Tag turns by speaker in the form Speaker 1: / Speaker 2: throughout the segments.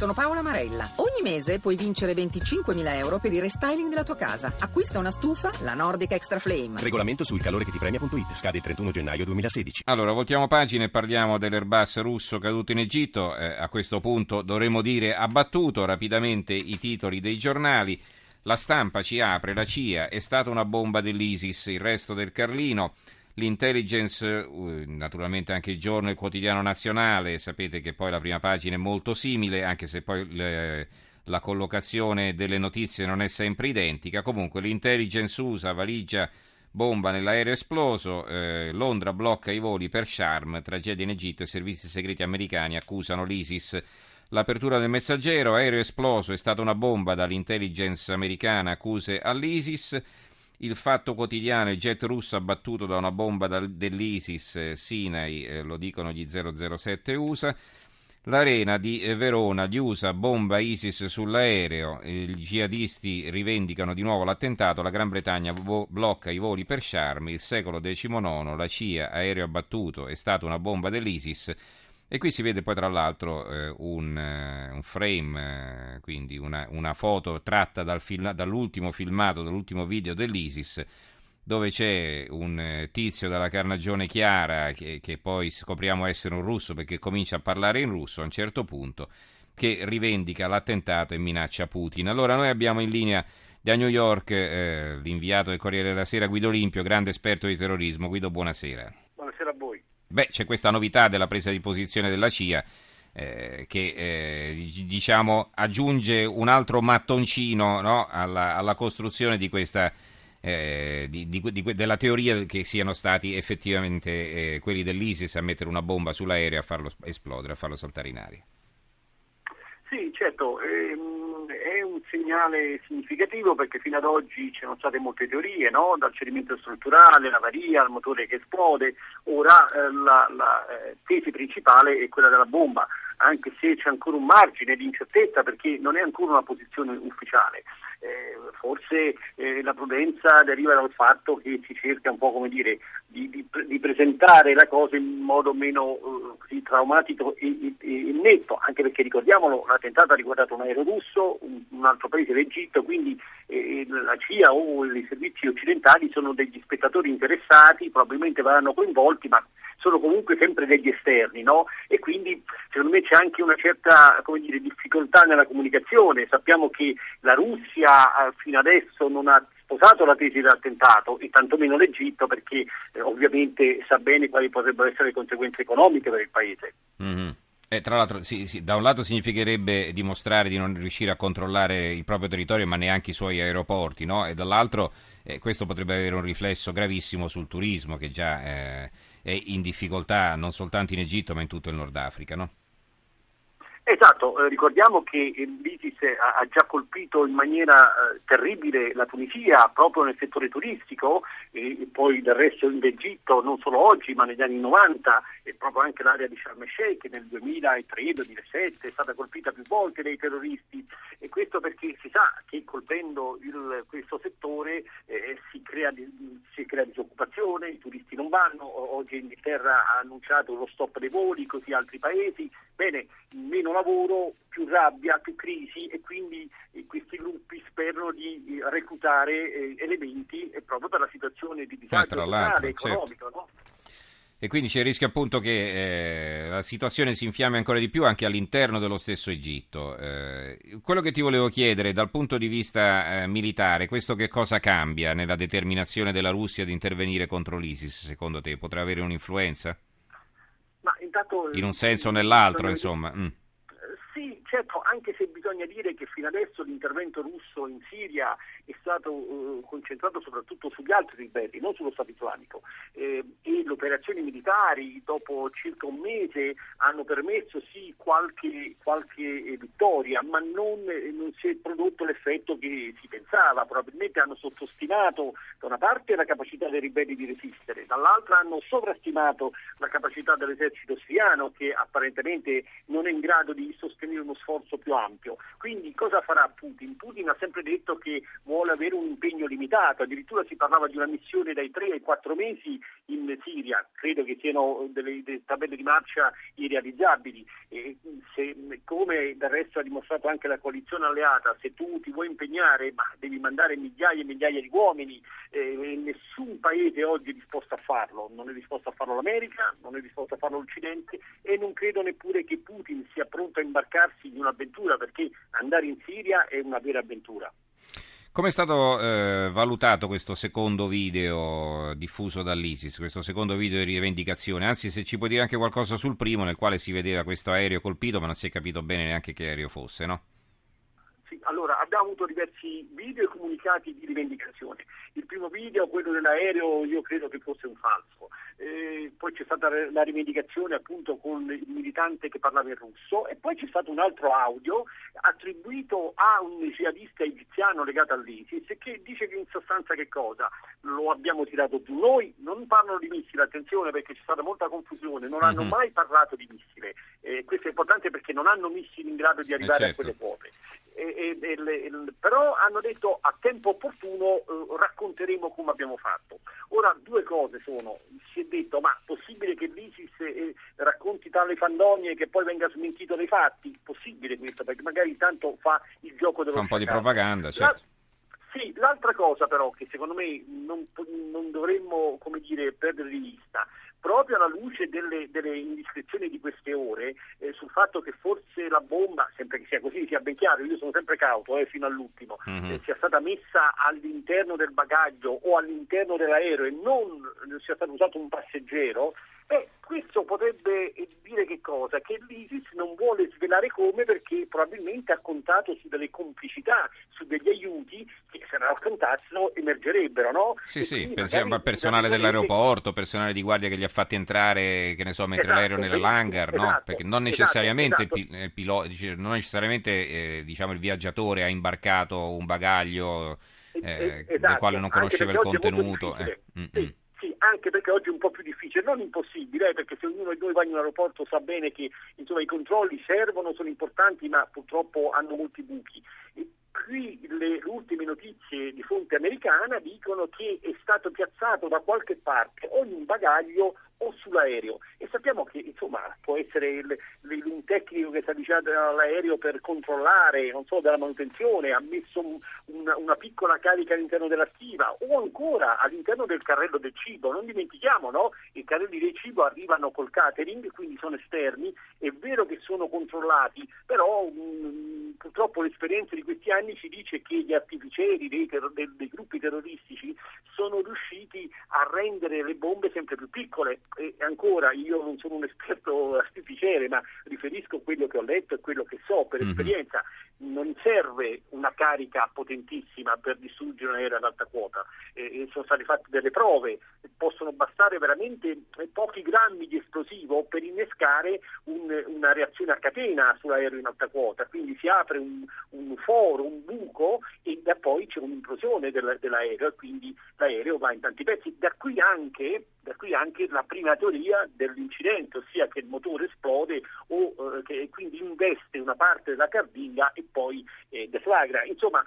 Speaker 1: sono Paola Marella. Ogni mese puoi vincere 25.000 euro per il restyling della tua casa. Acquista una stufa, la Nordic Extra Flame.
Speaker 2: Regolamento sul calore che ti premia.it. Scade il 31 gennaio 2016.
Speaker 3: Allora, voltiamo pagina e parliamo dell'Airbus russo caduto in Egitto. A questo punto dovremmo dire abbattuto. Rapidamente i titoli dei giornali. La Stampa ci apre, la CIA è stata una bomba dell'ISIS, il Resto del Carlino. L'intelligence, naturalmente anche il Giorno e il Quotidiano Nazionale, sapete che poi la prima pagina è molto simile, anche se poi la collocazione delle notizie non è sempre identica. Comunque l'intelligence USA, valigia bomba nell'aereo esploso, Londra blocca i voli per Sharm, tragedia in Egitto, i servizi segreti americani accusano l'ISIS. L'apertura del Messaggero, aereo esploso, è stata una bomba dall'intelligence americana, accuse all'ISIS. Il Fatto Quotidiano, il jet russo abbattuto da una bomba dell'ISIS, Sinai, lo dicono gli 007 USA. L'Arena di Verona, gli USA, bomba ISIS sull'aereo, i jihadisti rivendicano di nuovo l'attentato, la Gran Bretagna blocca i voli per Sharm, il secolo XIX, la CIA, aereo abbattuto, è stata una bomba dell'ISIS. E qui si vede poi tra l'altro un frame, quindi una foto tratta dall'ultimo filmato, dall'ultimo video dell'ISIS, dove c'è un tizio dalla carnagione chiara, che poi scopriamo essere un russo perché comincia a parlare in russo a un certo punto, che rivendica l'attentato e minaccia Putin. Allora noi abbiamo in linea da New York l'inviato del Corriere della Sera Guido Limpio, grande esperto di terrorismo. Guido, buonasera.
Speaker 4: Buonasera a voi.
Speaker 3: Beh, c'è questa novità della presa di posizione della CIA che diciamo aggiunge un altro mattoncino, no, alla costruzione di questa della teoria che siano stati effettivamente quelli dell'ISIS a mettere una bomba sull'aereo e a farlo esplodere, a farlo saltare in aria.
Speaker 4: Sì, certo, è un segnale significativo perché fino ad oggi ci sono state molte teorie, no? Dal cedimento strutturale, l'avaria, il motore che esplode. Ora la tesi principale è quella della bomba, anche se c'è ancora un margine di incertezza perché non è ancora una posizione ufficiale. Forse la prudenza deriva dal fatto che si cerca un po' come dire di presentare la cosa in modo meno così traumatico e netto, anche perché ricordiamolo, l'attentato ha riguardato un aereo russo, un altro paese, l'Egitto, quindi la CIA o i servizi occidentali sono degli spettatori interessati, probabilmente verranno coinvolti, ma sono comunque sempre degli esterni, no? E quindi secondo me c'è anche una certa, come dire, difficoltà nella comunicazione. Sappiamo che la Russia fino adesso non ha sposato la tesi dell'attentato e tantomeno l'Egitto perché ovviamente sa bene quali potrebbero essere le conseguenze economiche per il paese.
Speaker 3: Mm-hmm. Tra l'altro sì, da un lato significherebbe dimostrare di non riuscire a controllare il proprio territorio ma neanche i suoi aeroporti, no? E dall'altro questo potrebbe avere un riflesso gravissimo sul turismo che già è in difficoltà non soltanto in Egitto ma in tutto il Nord Africa, no?
Speaker 4: Esatto, ricordiamo che l'ISIS ha già colpito in maniera terribile la Tunisia proprio nel settore turistico e poi del resto l'Egitto non solo oggi ma negli anni 90 e proprio anche l'area di Sharm el-Sheikh nel 2003-2007 è stata colpita più volte dai terroristi e questo perché si sa che colpendo questo settore si crea disoccupazione, i turisti non vanno, oggi Inghilterra ha annunciato lo stop dei voli, così altri paesi, bene, meno lavoro, più rabbia, più crisi e quindi questi gruppi sperano di reclutare elementi proprio per la situazione di disagio sociale, economico, certo. No?
Speaker 3: E quindi c'è il rischio appunto che la situazione si infiammi ancora di più anche all'interno dello stesso Egitto. Quello che ti volevo chiedere dal punto di vista militare, questo che cosa cambia nella determinazione della Russia di intervenire contro l'ISIS, secondo te? Potrà avere un'influenza?
Speaker 4: Ma intanto,
Speaker 3: in un senso o nell'altro, insomma.
Speaker 4: Sì, certo, anche se bisogna dire che fino adesso l'intervento russo in Siria è stato concentrato soprattutto sugli altri ribelli, non sullo Stato islamico, e le operazioni militari dopo circa un mese hanno permesso sì qualche vittoria, ma non si è prodotto l'effetto che si pensava. Probabilmente hanno sottostimato da una parte la capacità dei ribelli di resistere, dall'altra hanno sovrastimato la capacità dell'esercito siriano che apparentemente non è in grado di sostenere uno sforzo più ampio. Quindi cosa farà Putin? Putin ha sempre detto che vuole avere un impegno limitato, addirittura si parlava di una missione dai 3 ai 4 mesi in Siria, credo che siano delle tabelle di marcia irrealizzabili. Come del resto ha dimostrato anche la coalizione alleata, se tu ti vuoi impegnare devi mandare migliaia e migliaia di uomini, nessun paese oggi è disposto a farlo, non è disposto a farlo l'America, non è disposto a farlo l'Occidente, e non credo neppure che Putin sia pronto a imbarcarsi in un'avventura, perché andare in Siria è una vera avventura.
Speaker 3: Come è stato valutato questo secondo video diffuso dall'ISIS, questo secondo video di rivendicazione? Anzi, se ci puoi dire anche qualcosa sul primo, nel quale si vedeva questo aereo colpito, ma non si è capito bene neanche che aereo fosse, no?
Speaker 4: Sì, allora, abbiamo avuto diversi video e comunicati di rivendicazione. Il primo video, quello dell'aereo, io credo che fosse un falso. Poi c'è stata la rivendicazione appunto con il militante che parlava in russo, e poi c'è stato un altro audio attribuito a un jihadista egiziano legato all'ISIS, che dice che in sostanza che cosa? Lo abbiamo tirato giù noi, non parlano di missile, attenzione, perché c'è stata molta confusione, non hanno mai parlato di missile, questo è importante perché non hanno missili in grado di arrivare a quelle quote. Però hanno detto a tempo opportuno racconteremo come abbiamo fatto. Ora, due cose sono: si è detto, ma possibile che l'ISIS racconti tale fandonie che poi venga smentito dai fatti? Possibile questo, perché magari tanto fa il gioco dello
Speaker 3: fa un po' di
Speaker 4: sciacallo.
Speaker 3: propaganda, certo.
Speaker 4: Sì, l'altra cosa però che secondo me non dovremmo, come dire, perdere di vista, proprio alla luce delle indiscrezioni di queste ore, sul fatto che forse la bomba, sempre che sia così, sia ben chiaro, io sono sempre cauto fino all'ultimo, sia stata messa all'interno del bagaglio o all'interno dell'aereo e non sia stato usato un passeggero, questo potrebbe dire che cosa? Che l'ISIS non vuole svelare come, perché probabilmente ha contato su delle complicità, su degli aiuti che se ne raccontassero emergerebbero, no?
Speaker 3: Sì, pensiamo al personale dell'aeroporto, personale di guardia che li ha fatti entrare, che ne so, mentre l'aereo nell'hangar, no? Perché non necessariamente non necessariamente diciamo il viaggiatore ha imbarcato un bagaglio del quale non conosceva il contenuto.
Speaker 4: Sì, anche perché oggi è un po' più difficile, non impossibile, perché se ognuno di noi va in un aeroporto sa bene che insomma i controlli servono, sono importanti, ma purtroppo hanno molti buchi. E qui le ultime notizie di fonte americana dicono che è stato piazzato da qualche parte o in un bagaglio o sull'aereo, e sappiamo che insomma può essere un tecnico che sta vicino all'aereo per controllare, non so, della manutenzione, ha messo una piccola carica all'interno della stiva, o ancora all'interno del carrello del cibo. Non dimentichiamo, no? I carrelli del cibo arrivano col catering, quindi sono esterni, è vero che sono controllati, però purtroppo l'esperienza di questi anni ci dice che gli artificieri dei gruppi terroristici sono riusciti a rendere le bombe sempre più piccole. E ancora, io non sono un esperto artificiere, ma riferisco quello che ho letto e quello che so per esperienza. Non serve una carica potentissima per distruggere un aereo ad alta quota, sono state fatte delle prove, possono bastare veramente pochi grammi di esplosivo per innescare una reazione a catena sull'aereo in alta quota, quindi si apre un foro, un buco, e da poi c'è un'implosione dell'aereo, e quindi l'aereo va in tanti pezzi. Da qui anche la prima teoria dell'incidente, ossia che il motore esplode o che quindi investe una parte della cardiglia e poi deflagra. Insomma,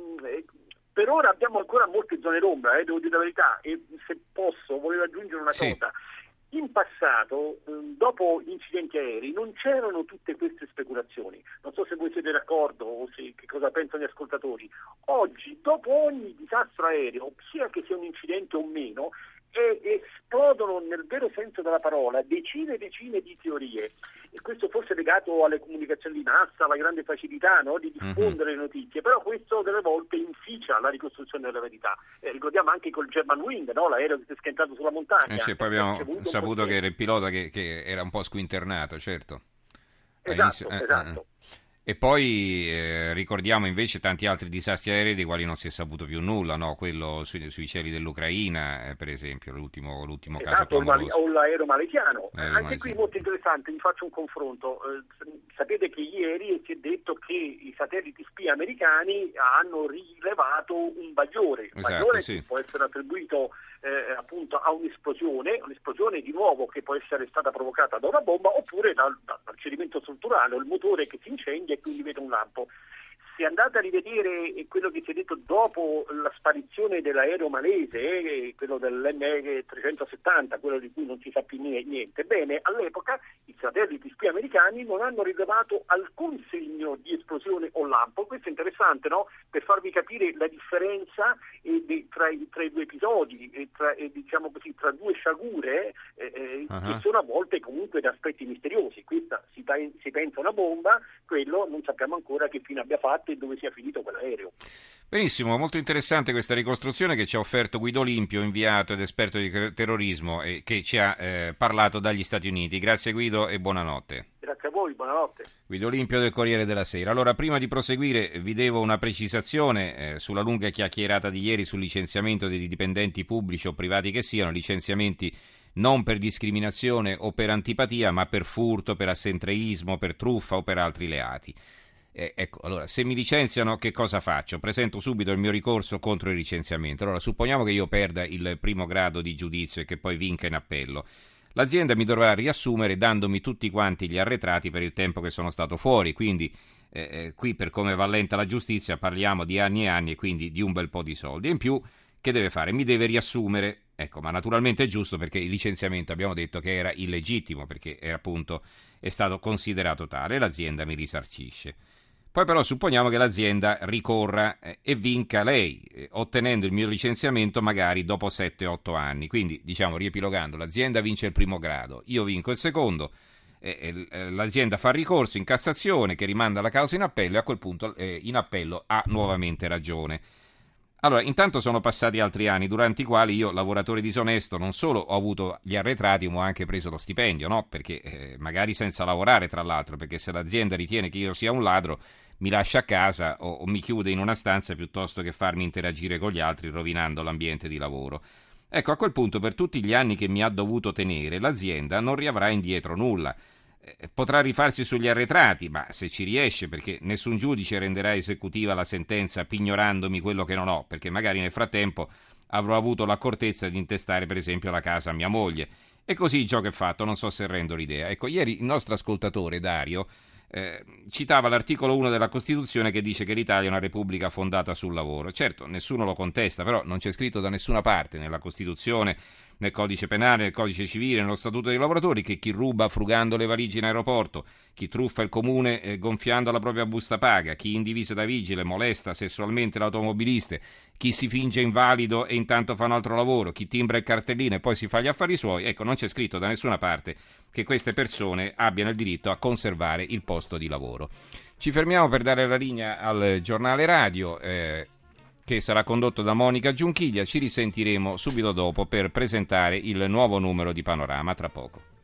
Speaker 4: per ora abbiamo ancora molte zone d'ombra, devo dire la verità, e se posso volevo aggiungere una cosa. In passato, dopo gli incidenti aerei, non c'erano tutte queste speculazioni. Non so se voi siete d'accordo o che cosa pensano gli ascoltatori. Oggi, dopo ogni disastro aereo, sia che sia un incidente o meno, esplodono nel vero senso della parola decine e decine di teorie, e questo forse è legato alle comunicazioni di massa, alla grande facilità, no, di diffondere le notizie, però questo delle volte inficia la ricostruzione della verità. Ricordiamo anche col Germanwings, no, l'aereo che si è schiantato sulla montagna.
Speaker 3: Poi abbiamo saputo che era il pilota che era un po' squinternato, certo.
Speaker 4: Esatto.
Speaker 3: E poi ricordiamo invece tanti altri disastri aerei dei quali non si è saputo più nulla, no? Quello sui cieli dell'Ucraina, per esempio, l'ultimo caso clamoroso.
Speaker 4: O l'aereo malesiano. Anche qui molto interessante, vi faccio un confronto. Sapete che ieri si è detto che i satelliti spia americani hanno rilevato un bagliore. Un bagliore che può essere attribuito appunto a un'esplosione di nuovo che può essere stata provocata da una bomba, oppure dal cedimento strutturale o il motore che si incendia e quindi vede un lampo. Se andate a rivedere quello che si è detto dopo la sparizione dell'aereo malese, quello dell'M370, quello di cui non si sa più niente, bene, all'epoca i satelliti spia americani non hanno rilevato alcun segno di esplosione o lampo. Questo è interessante, no? Per farvi capire la differenza tra i due episodi, diciamo così, tra due sciagure che sono a volte comunque da aspetti misteriosi. Questa si pensa una bomba, quello non sappiamo ancora che fine abbia fatto e dove sia finito quell'aereo.
Speaker 3: Benissimo, molto interessante questa ricostruzione che ci ha offerto Guido Limpio, inviato ed esperto di terrorismo, e che ci ha parlato dagli Stati Uniti. Grazie Guido e buonanotte.
Speaker 4: Grazie a voi, buonanotte.
Speaker 3: Guido Limpio del Corriere della Sera. Allora, prima di proseguire vi devo una precisazione sulla lunga chiacchierata di ieri sul licenziamento dei dipendenti pubblici o privati che siano, licenziamenti non per discriminazione o per antipatia, ma per furto, per assenteismo, per truffa o per altri reati. Ecco, allora, se mi licenziano che cosa faccio? Presento subito il mio ricorso contro il licenziamento. Allora, supponiamo che io perda il primo grado di giudizio e che poi vinca in appello. L'azienda mi dovrà riassumere dandomi tutti quanti gli arretrati per il tempo che sono stato fuori, quindi qui per come va lenta la giustizia parliamo di anni e anni e quindi di un bel po' di soldi. E in più, che deve fare? Mi deve riassumere. Ecco, ma naturalmente è giusto perché il licenziamento abbiamo detto che era illegittimo perché è stato considerato tale, l'azienda mi risarcisce. Poi però supponiamo che l'azienda ricorra e vinca lei, ottenendo il mio licenziamento magari dopo 7-8 anni. Quindi, diciamo, riepilogando, l'azienda vince il primo grado, io vinco il secondo, l'azienda fa ricorso in Cassazione che rimanda la causa in appello e a quel punto in appello ha nuovamente ragione. Allora, intanto sono passati altri anni durante i quali io, lavoratore disonesto, non solo ho avuto gli arretrati, ma ho anche preso lo stipendio, no? Perché magari senza lavorare, tra l'altro, perché se l'azienda ritiene che io sia un ladro, mi lascia a casa o mi chiude in una stanza piuttosto che farmi interagire con gli altri, rovinando l'ambiente di lavoro. Ecco, a quel punto, per tutti gli anni che mi ha dovuto tenere, l'azienda non riavrà indietro nulla. Potrà rifarsi sugli arretrati, ma se ci riesce, perché nessun giudice renderà esecutiva la sentenza pignorandomi quello che non ho, perché magari nel frattempo avrò avuto l'accortezza di intestare per esempio la casa a mia moglie. E così il gioco è fatto, non so se rendo l'idea. Ecco, ieri il nostro ascoltatore Dario citava l'articolo 1 della Costituzione che dice che l'Italia è una repubblica fondata sul lavoro. Certo, nessuno lo contesta, però non c'è scritto da nessuna parte nella Costituzione, nel codice penale, nel codice civile, nello statuto dei lavoratori, che chi ruba frugando le valigie in aeroporto, chi truffa il comune gonfiando la propria busta paga, chi in divisa da vigile molesta sessualmente l'automobilista, chi si finge invalido e intanto fa un altro lavoro, chi timbra il cartellino e poi si fa gli affari suoi. Ecco, non c'è scritto da nessuna parte che queste persone abbiano il diritto a conservare il posto di lavoro. Ci fermiamo per dare la linea al giornale radio che sarà condotto da Monica Giunchiglia. Ci risentiremo subito dopo per presentare il nuovo numero di Panorama, tra poco.